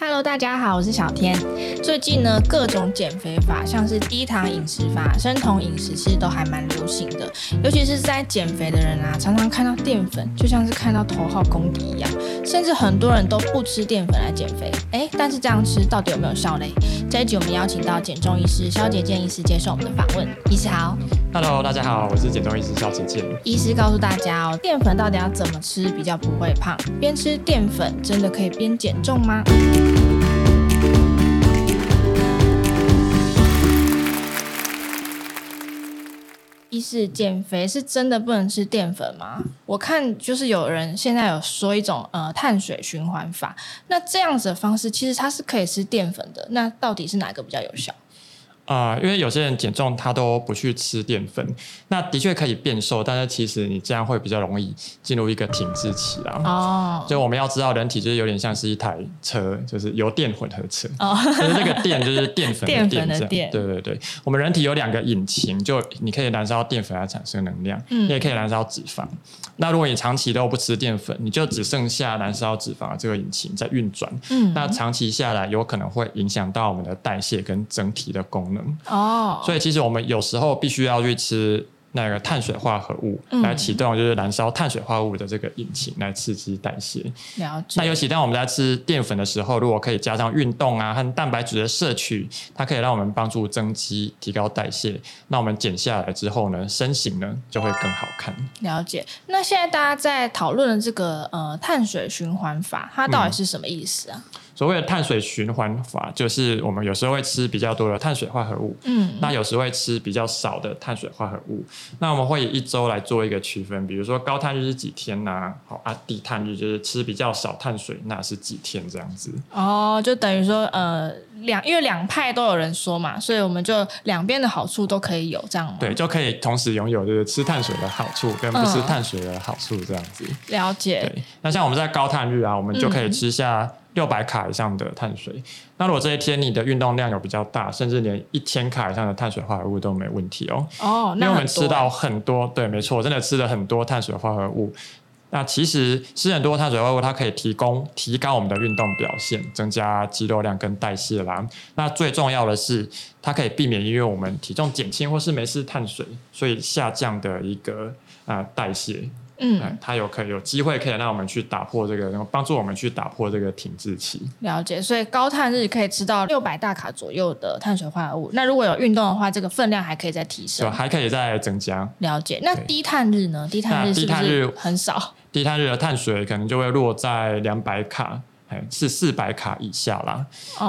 Hello， 大家好，我是小天。最近呢，各种减肥法，像是低糖饮食法、生酮饮食，其实都还蛮流行的。尤其是在减肥的人啊，常常看到淀粉，就像是看到头号公敌一样。甚至很多人都不吃淀粉来减肥，但是这样吃到底有没有效嘞？这一集我们邀请到减重医师萧杰健医师接受我们的访问。医师好。 Hello， 大家好，我是减重医师萧杰健。 医师告诉大家哦，淀粉到底要怎么吃比较不会胖？边吃淀粉真的可以边减重吗？医师，减肥是真的不能吃淀粉吗？我看就是有人现在有说一种碳水循环法，那这样子的方式其实它是可以吃淀粉的，那到底是哪个比较有效？ 因为有些人减重他都不去吃淀粉，那的确可以变瘦，但是其实你这样会比较容易进入一个停滞期啦。所以我们要知道人体就是有点像是一台车，就是油电混合车。就是这个电就是淀粉的电，对对对。我们人体有两个引擎，就你可以燃烧淀粉来产生能量，你也可以燃烧脂肪。那如果你长期都不吃淀粉，你就只剩下燃烧脂肪的这个引擎在运转。那长期下来有可能会影响到我们的代谢跟整体的功能。所以其实我们有时候必须要去吃那个碳水化合物来启动就是燃烧碳水化合物的这个引擎来刺激代谢。 了解。 那尤其当我们在吃淀粉的时候，如果可以加上运动啊和蛋白质的摄取，它可以让我们帮助增肌提高代谢，那我们减下来之后呢，身形呢就会更好看。 了解。那现在大家在讨论的这个碳水循环法，它到底是什么意思啊？ 所谓的碳水循环法，就是我们有时候会吃比较多的碳水化合物，那有时候会吃比较少的碳水化合物。那我们会以一周来做一个区分，比如说高碳日是几天啊？低碳日就是吃比较少碳水，那是几天这样子。 就等于说因为两派都有人说嘛，所以我们就两边的好处都可以有，这样吗？ 对，就可以同时拥有就是吃碳水的好处跟不吃碳水的好处这样子。 了解。 对，那像我们在高碳日啊，我们就可以吃下600卡以上的碳水。那如果这一天你的运动量有比较大，甚至连1000卡以上的碳水化合物都没问题哦。因为我们吃到很多，对，没错，真的吃了很多碳水化合物。那其实吃很多碳水化合物，它可以提高我们的运动表现，增加肌肉量跟代谢啦。那最重要的是，它可以避免因为我们体重减轻或是没吃碳水，所以下降的一个代谢。它有机会可以让我们去打破这个，帮助我们去打破这个停滞期。 了解。所以高碳日可以吃到600大卡左右的碳水化合物。那如果有运动的话，这个分量还可以再提升， 还可以再增加。 了解。那低碳日呢？低碳日是不是很少？ 低碳日的碳水可能就会落在200卡。是400卡以下啦。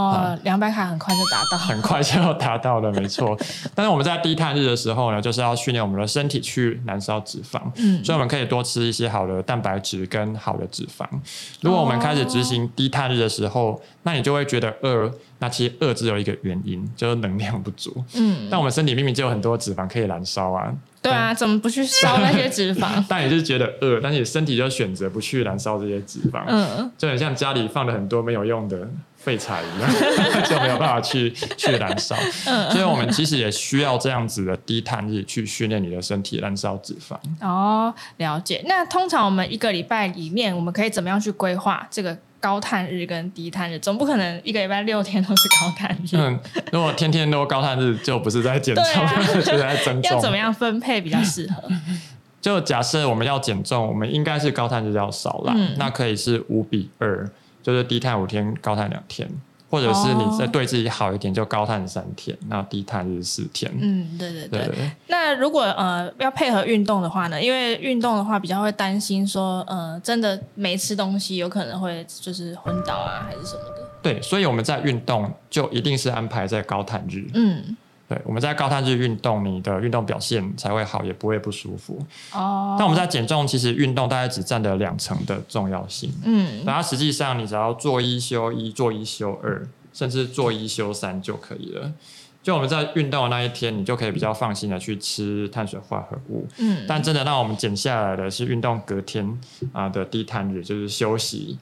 200卡很快就达到， 很快就达到了，没错。但是我们在低碳日的时候呢，就是要训练我们的身体去燃烧脂肪，所以我们可以多吃一些好的蛋白质跟好的脂肪。如果我们开始执行低碳日的时候，那你就会觉得饿。那其实饿只有一个原因，就是能量不足。但我们身体明明就有很多脂肪可以燃烧啊。 对啊，怎么不去烧那些脂肪？ 但你就是觉得饿，但是你身体就选择不去燃烧这些脂肪。就很像家里放了很多没有用的废柴一样，就没有办法去燃烧。所以我们其实也需要这样子的低碳日去训练你的身体燃烧脂肪。 了解。那通常我们一个礼拜里面，我们可以怎么样去规划这个高碳日跟低碳日？总不可能一个礼拜6天都是高碳日。 如果天天都高碳日，就不是在减重，就是在增重。 要怎么样分配比较适合？ 就假设我们要减重，我们应该是高碳日要少啦。那可以是5:2，就是低碳5天，高碳2天。或者是你再对自己好一点，就高碳3天，那低碳日4天。 对。那如果要配合运动的话呢？因为运动的话比较会担心说真的没吃东西，有可能会就是昏倒啊，还是什么的。对， 所以我们在运动就一定是安排在高碳日。对，我们在高碳日运动，你的运动表现才会好，也不会不舒服。但我们在减重，其实运动大概只占了2成的重要性。然后实际上你只要做1休1，做1休2，甚至做1休3就可以了。就我们在运动的那一天，你就可以比较放心的去吃碳水化合物。但真的让我们减下来的是运动隔天的低碳日，就是休息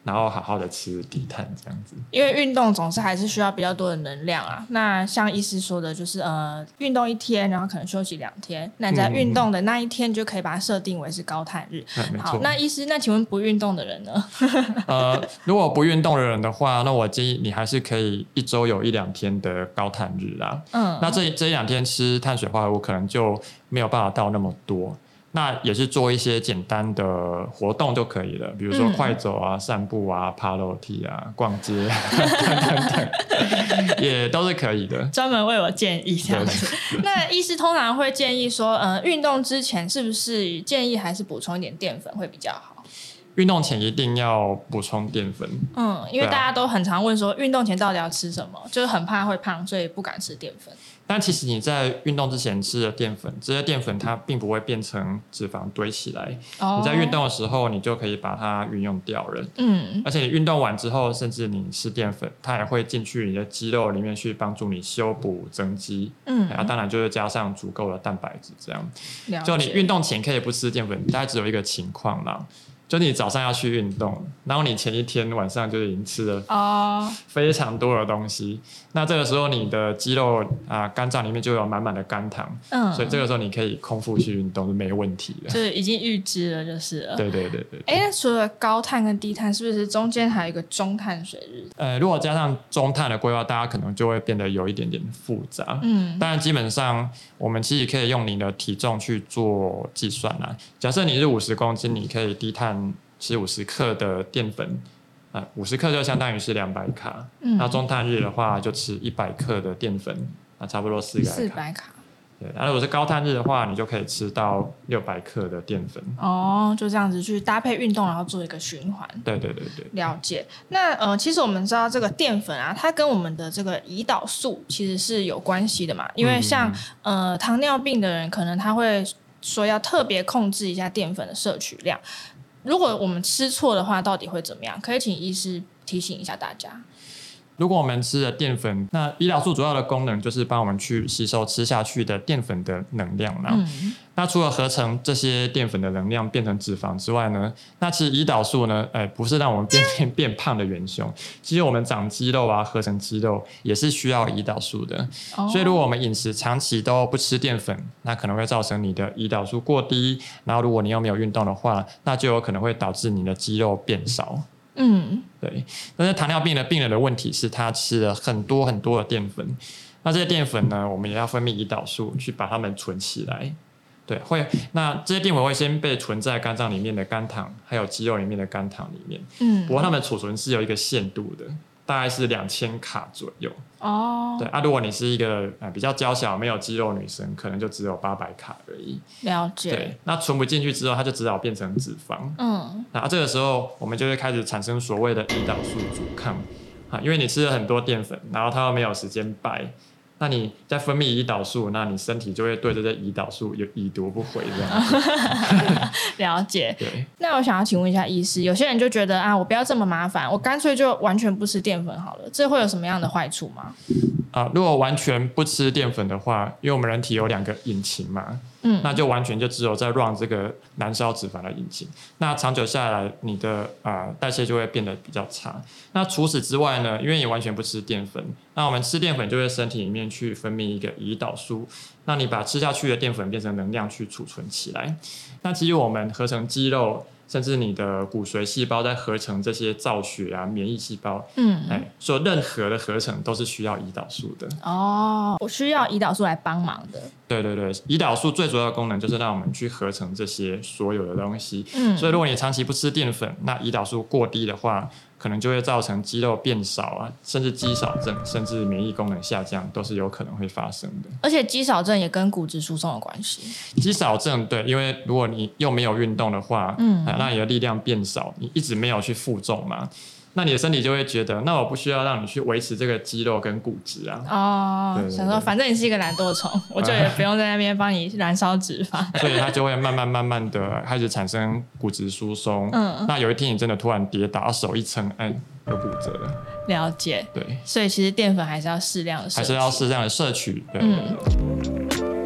然后好好的吃低碳这样子。 因为运动总是还是需要比较多的能量啊。那像医师说的，就是运动1天，然后可能休息2天。那你在运动的那一天就可以把它设定为是高碳日。好，那医师，那请问不运动的人呢？ 如果不运动的人的话，那我建议你还是可以1周有1-2天的高碳日啦。那这1-2天吃碳水化合物可能就没有办法到那么多。那也是做一些简单的活动就可以了，比如说快走啊、散步啊、爬楼梯啊、逛街等等，也都是可以的。 专门为我建议这样子。那医师通常会建议说，运动之前是不是建议还是补充一点淀粉会比较好？ 运动前一定要补充淀粉。 因为大家都很常问说，运动前到底要吃什么，就是很怕会胖，所以不敢吃淀粉。 但其实你在运动之前吃的淀粉，这些淀粉它并不会变成脂肪堆起来。你在运动的时候，你就可以把它运用掉了。而且你运动完之后，甚至你吃淀粉，它也会进去你的肌肉里面去帮助你修补增肌。当然就是加上足够的蛋白质，这样。就你运动前可以不吃淀粉，大概只有一个情况啦。就你早上要去运动，然后你前一天晚上就已经吃了非常多的东西，那这个时候你的肌肉肝脏里面就有满满的肝糖，所以这个时候你可以空腹去运动是没问题的， 就是已经预知了就是了。 对。 那除了高碳跟低碳，是不是中间还有一个中碳水日？ 如果加上中碳的规划，大家可能就会变得有一点点复杂。当然基本上我们其实可以用你的体重去做计算啦。假设你是50公斤，你可以低碳吃50克的淀粉，50克就相当于是200卡。那中碳日的话，就吃100克的淀粉，那差不多400卡。对，如果是高碳日的话，你就可以吃到600克的淀粉。 就这样子去搭配运动，然后做一个循环。 对。 了解。那其实我们知道这个淀粉啊，它跟我们的这个胰岛素其实是有关系的嘛。因为像糖尿病的人，可能他会说要特别控制一下淀粉的摄取量。如果我们吃错的话，到底会怎么样？可以请医师提醒一下大家。 如果我们吃了淀粉，那胰岛素主要的功能就是帮我们去吸收吃下去的淀粉的能量啦。那除了合成这些淀粉的能量变成脂肪之外呢，那其实胰岛素呢，不是让我们变胖的元凶。其实我们长肌肉啊，合成肌肉也是需要胰岛素的。所以如果我们饮食长期都不吃淀粉，那可能会造成你的胰岛素过低。然后如果你又没有运动的话，那就有可能会导致你的肌肉变少。对。但是糖尿病的病人的问题是他吃了很多很多的淀粉，那这些淀粉呢，我们也要分泌胰岛素去把它们存起来。对，那这些淀粉会先被存在肝脏里面的肝糖，还有肌肉里面的肝糖里面。不过它们储存是有一个限度的，大概是2000卡左右。对如果你是一个比较娇小没有肌肉女生，可能就只有800卡而已。 了解。 对，那存不进去之后，它就只好变成脂肪。那这个时候我们就会开始产生所谓的胰岛素阻抗因为你吃了很多淀粉，然后它又没有时间败。那你在分泌胰岛素，那你身体就会对这些胰岛素有已读不回这样子。 了解。 对。 那我想要请问一下医师，有些人就觉得我不要这么麻烦，我干脆就完全不吃淀粉好了，这会有什么样的坏处吗？ 如果完全不吃淀粉的话，因为我们人体有2个引擎嘛，那就完全就只有在 run 这个燃烧脂肪的引擎。那长久下来，你的代谢就会变得比较差。那除此之外呢，因为你完全不吃淀粉，那我们吃淀粉就会身体里面去分泌一个胰岛素，那你把吃下去的淀粉变成能量去储存起来。那其实我们合成肌肉，甚至你的骨髓细胞在合成这些造血啊、免疫细胞，所以任何的合成都是需要胰岛素的。 我需要胰岛素来帮忙的。 对，胰岛素最主要的功能就是让我们去合成这些所有的东西。所以如果你长期不吃淀粉，那胰岛素过低的话，可能就会造成肌肉变少啊，甚至肌少症，甚至免疫功能下降，都是有可能会发生的。 而且肌少症也跟骨质疏松有关系。 肌少症对，因为如果你又没有运动的话，那你的力量变少，你一直没有去负重嘛，那你的身体就会觉得，那我不需要让你去维持这个肌肉跟骨质啊。 想说反正你是一个懒惰虫，我就也不用在那边帮你燃烧脂肪。 所以它就会慢慢的开始产生骨质疏松。那有一天你真的突然跌倒，手一撑，有骨折了。 了解。 对。 所以其实淀粉还是要适量的摄取。 还是要适量的摄取。对。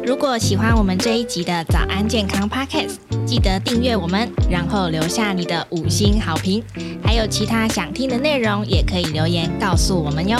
如果喜欢我们这一集的早安健康 Podcast， 记得订阅我们，然后留下你的5星好评。还有其他想听的内容，也可以留言告诉我们哟。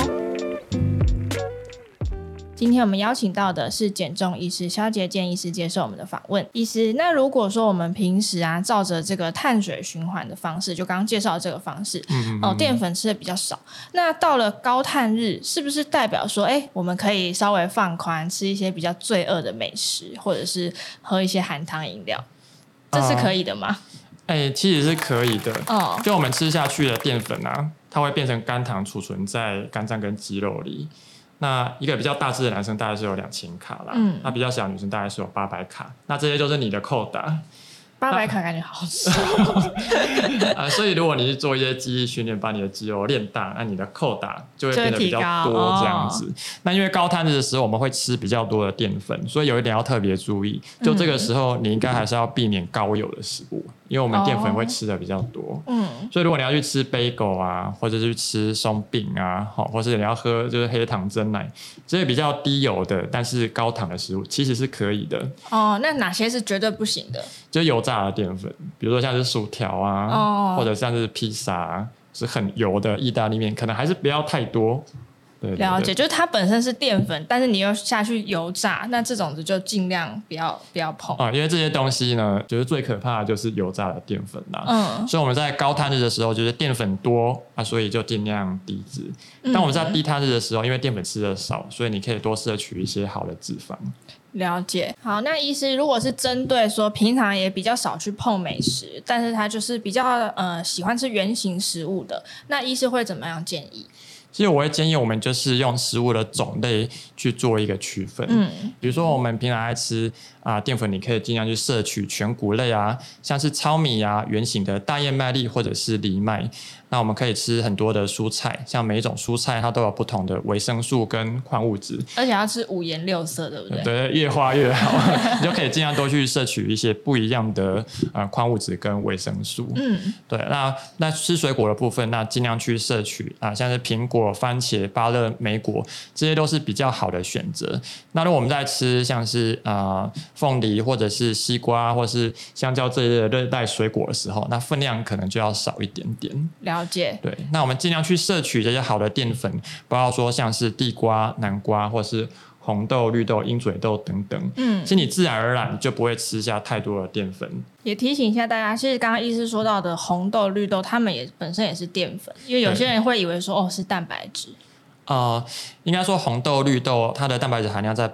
今天我们邀请到的是减重医师萧杰健医师接受我们的访问。医师，那如果说我们平时照着这个碳水循环的方式，就刚刚介绍的这个方式，淀粉吃的比较少，那到了高碳日，是不是代表说，我们可以稍微放宽，吃一些比较罪恶的美食，或者是喝一些含糖饮料，这是可以的吗？ 其实是可以的。就我们吃下去的淀粉它会变成肝糖储存在肝脏跟肌肉里。那一个比较大只的男生大概是有2000卡啦，那比较小的女生大概是有800卡，那这些就是你的扣打。 800卡感觉好少所以如果你是做一些肌力训练，把你的肌肉练大，那你的扣打就会变得比较多这样子。那因为高碳日的时候我们会吃比较多的淀粉，所以有一点要特别注意，就这个时候你应该还是要避免高油的食物，因为我们淀粉会吃的比较多。所以如果你要去吃bagel或者是去吃松饼或者你要喝就是黑糖珍奶这些比较低油的但是高糖的食物其实是可以的。 那哪些是绝对不行的？ 就油炸的淀粉，比如说像是薯条或者像是披萨是很油的意大利面，可能还是不要太多。对，了解，就是它本身是淀粉，但是你又下去油炸，那这种子就尽量不要碰因为这些东西呢，就是最可怕的就是油炸的淀粉啦。所以我们在高碳日的时候，就是淀粉多所以就尽量低脂。但我们在低碳日的时候，因为淀粉吃的少，所以你可以多摄取一些好的脂肪。 了解。好，那医师如果是针对说平常也比较少去碰美食，但是他就是比较喜欢吃原型食物的，那医师会怎么样建议？ 其实我会建议我们就是用食物的种类去做一个区分。比如说我们平常爱吃淀粉，你可以尽量去摄取全谷类像是糙米圆形的大燕麦粒或者是藜麦。那我们可以吃很多的蔬菜，像每一种蔬菜它都有不同的维生素跟矿物质， 而且要吃5颜6色，对不对？ 对，越花越好。你就可以尽量多去摄取一些不一样的矿物质跟维生素。对。那吃水果的部分，那尽量去摄取像是苹果、番茄、芭乐、莓果，这些都是比较好的选择。那如果我们在吃像是凤梨或者是西瓜或是香蕉这一类的热带水果的时候，那分量可能就要少一点点。 了解。 对，那我们尽量去摄取这些好的淀粉，包括说像是地瓜、南瓜或是红豆、绿豆、鹰嘴豆等等。其实你自然而然就不会吃下太多的淀粉。 也提醒一下大家，其实刚刚医师说到的红豆、绿豆，它们本身也是淀粉，因为有些人会以为说是蛋白质。 应该说红豆、绿豆它的蛋白质含量在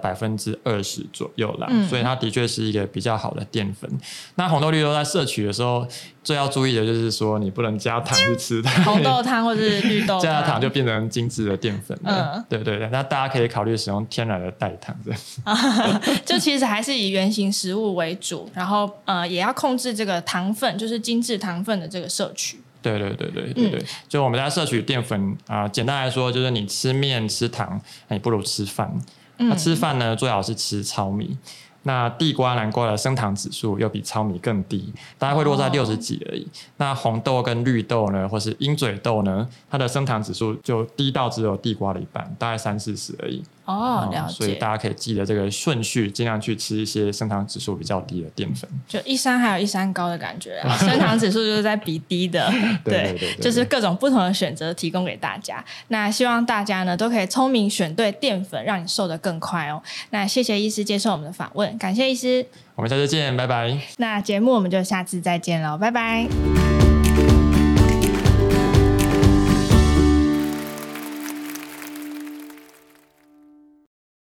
20%左右啦，所以它的确是一个比较好的淀粉。那红豆、绿豆在摄取的时候，最要注意的就是说你不能加糖去吃的。 红豆汤或是绿豆汤加糖就变成精致的淀粉了。对，那大家可以考虑使用天然的代糖这样子。 就其实还是以原型食物为主，然后也要控制这个糖分，就是精致糖分的这个摄取。 对，就我们在摄取淀粉简单来说就是你吃面吃糖，你不如吃饭。那吃饭呢，最好是吃糙米。那地瓜、南瓜的升糖指数又比糙米更低，大概会落在60几而已。那红豆跟绿豆呢，或是鹰嘴豆呢，它的升糖指数就低到只有地瓜的一半，大概30-40而已。 了解。 所以大家可以记得这个顺序，尽量去吃一些升糖指数比较低的淀粉。 就一山还有一山高的感觉升糖指数就是在比低的。对，就是各种不同的选择提供给大家。那希望大家呢都可以聪明选对淀粉，让你瘦得更快哦。那谢谢医师接受我们的访问，感谢医师， 我们下次见，拜拜。 那节目我们就下次再见喽，拜拜。